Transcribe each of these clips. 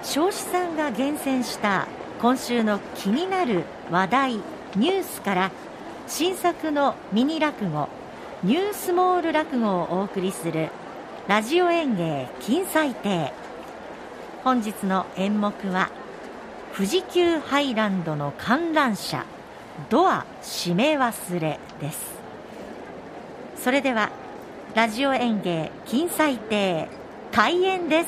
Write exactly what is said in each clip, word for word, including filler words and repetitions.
彰子さんが厳選した今週の気になる話題ニュースから新作のミニ落語ニュースモール落語をお送りするラジオ演芸金彩亭。本日の演目は富士急ハイランドの観覧車ドア閉め忘れです。それではラジオ演芸金彩亭開演です。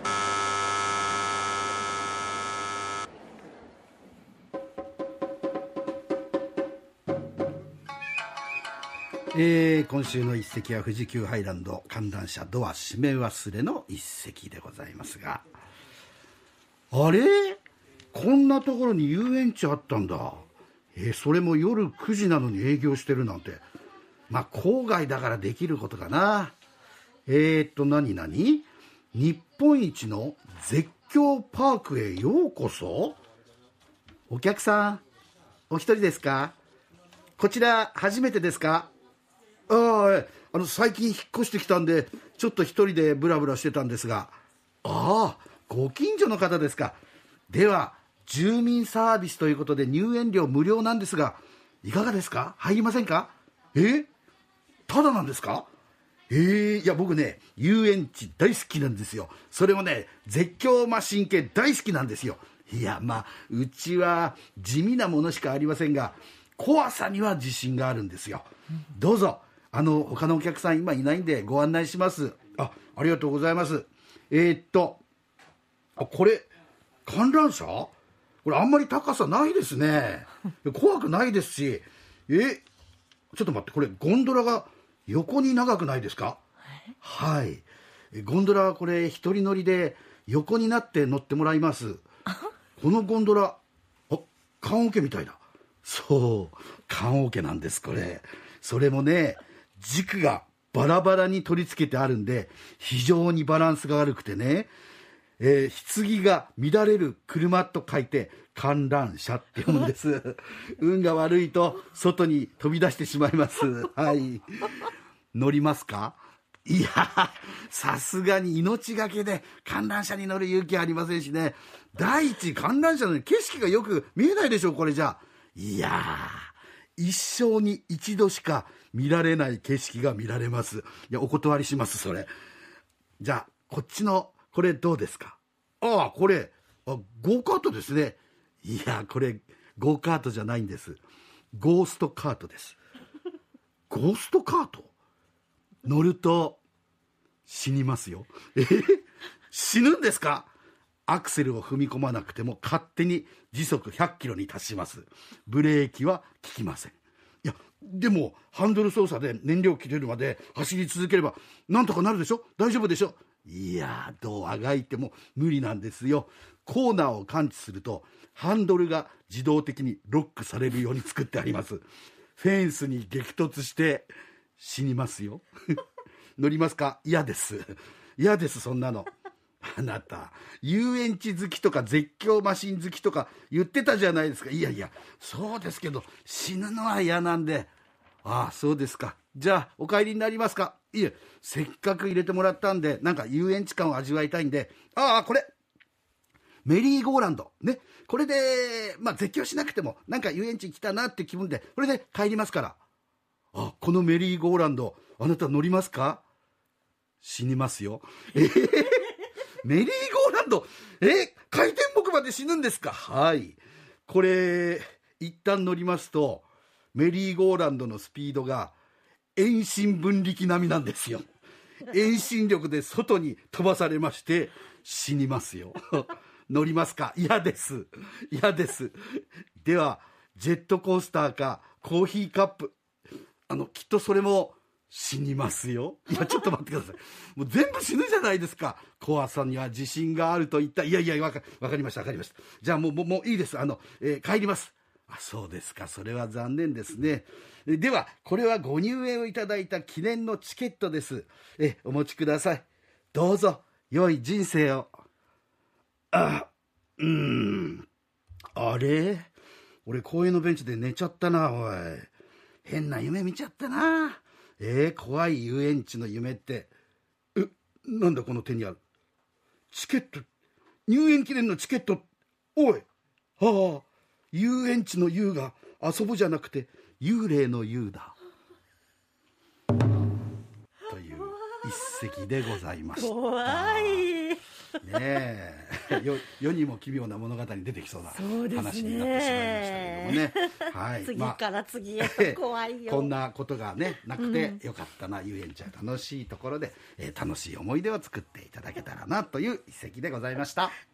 えー、今週の一席は富士急ハイランド観覧車ドア閉め忘れの一席でございますが、あれこんなところに遊園地あったんだ。えー、それも夜くじなのに営業してるなんて、まあ郊外だからできることかな。えーっと何何日本一の絶叫パークへようこそ。お客さんお一人ですか？こちら初めてですか？ああ、あの最近引っ越してきたんでちょっと一人でブラブラしてたんですが。ああ、ご近所の方ですか。では住民サービスということで入園料無料なんですがいかがですか？入りませんか？えただなんですか？えー、いや僕ね遊園地大好きなんですよ。それもね絶叫マシン系大好きなんですよ。いやまあうちは地味なものしかありませんが怖さには自信があるんですよ。どうぞあの他のお客さん今いないんでご案内します。あ、ありがとうございます。えー、っとあこれ観覧車これあんまり高さないですね。怖くないですし、えちょっと待って、これゴンドラが横に長くないですか？はい、ゴンドラはこれ一人乗りで横になって乗ってもらいます。このゴンドラあ棺桶みたいだ。そう棺桶なんですこれ。それもね軸がバラバラに取り付けてあるんで非常にバランスが悪くてね、えー、棺が乱れる車と書いて観覧車って読むんです運が悪いと外に飛び出してしまいますはい、乗りますか？いやさすがに命がけで観覧車に乗る勇気ありませんしね。第一観覧車の景色がよく見えないでしょこれじゃ。いや一生に一度しか見られない景色が見られます。いやお断りしますそれ。じゃあこっちのこれどうですか？ああこれあゴーカートですね。いやこれゴーカートじゃないんです。ゴーストカートです。ゴーストカート乗ると死にますよ。え死ぬんですか？アクセルを踏み込まなくても勝手に時速ひゃっキロに達します。ブレーキは効きません。いやでもハンドル操作で燃料切れるまで走り続ければなんとかなるでしょ？大丈夫でしょ？いやどうあがいても無理なんですよ。コーナーを感知するとハンドルが自動的にロックされるように作ってあります。フェンスに激突して死にますよ乗りますか？嫌です嫌ですそんなの。あなた遊園地好きとか絶叫マシン好きとか言ってたじゃないですか。いやいやそうですけど死ぬのは嫌なんで。ああそうですか。じゃあお帰りになりますか？いえせっかく入れてもらったんでなんか遊園地感を味わいたいんで。ああこれメリーゴーランドね。これでまあ絶叫しなくてもなんか遊園地来たなって気分でこれで帰りますから。あこのメリーゴーランドあなた乗りますか？死にますよ。えーメリーゴーランドえ回転木まで死ぬんですか？はいこれ一旦乗りますとメリーゴーランドのスピードが遠心分力並みなんですよ。遠心力で外に飛ばされまして死にますよ乗りますか？嫌です嫌です。ではジェットコースターかコーヒーカップあのきっとそれも死にますよ。いやちょっと待ってください。もう全部死ぬじゃないですか。怖さには自信があると言った。いやいやわか、わかりましたわかりました。じゃあもうもう、もういいです。あの、えー、帰ります。あそうですか。それは残念ですね。ではこれはご入園をいただいた記念のチケットです。えお持ちください。どうぞ良い人生を。あうーんあれ俺公園のベンチで寝ちゃったな。おい変な夢見ちゃったな。えー、怖い遊園地の夢って。えなんだこの手にあるチケット。 入園記念のチケット、おい、ああ、遊園地の遊が遊ぶじゃなくて幽霊の幽だという一席でございました。 怖いねえよ世にも奇妙な物語に出てきそうな話になってしまいましたけどもね。はい、 次から次へと怖いよ、 まあ、こんなことがねなくてよかったな、うん、遊園地は楽しいところで、えー、楽しい思い出を作っていただけたらなという一席でございました。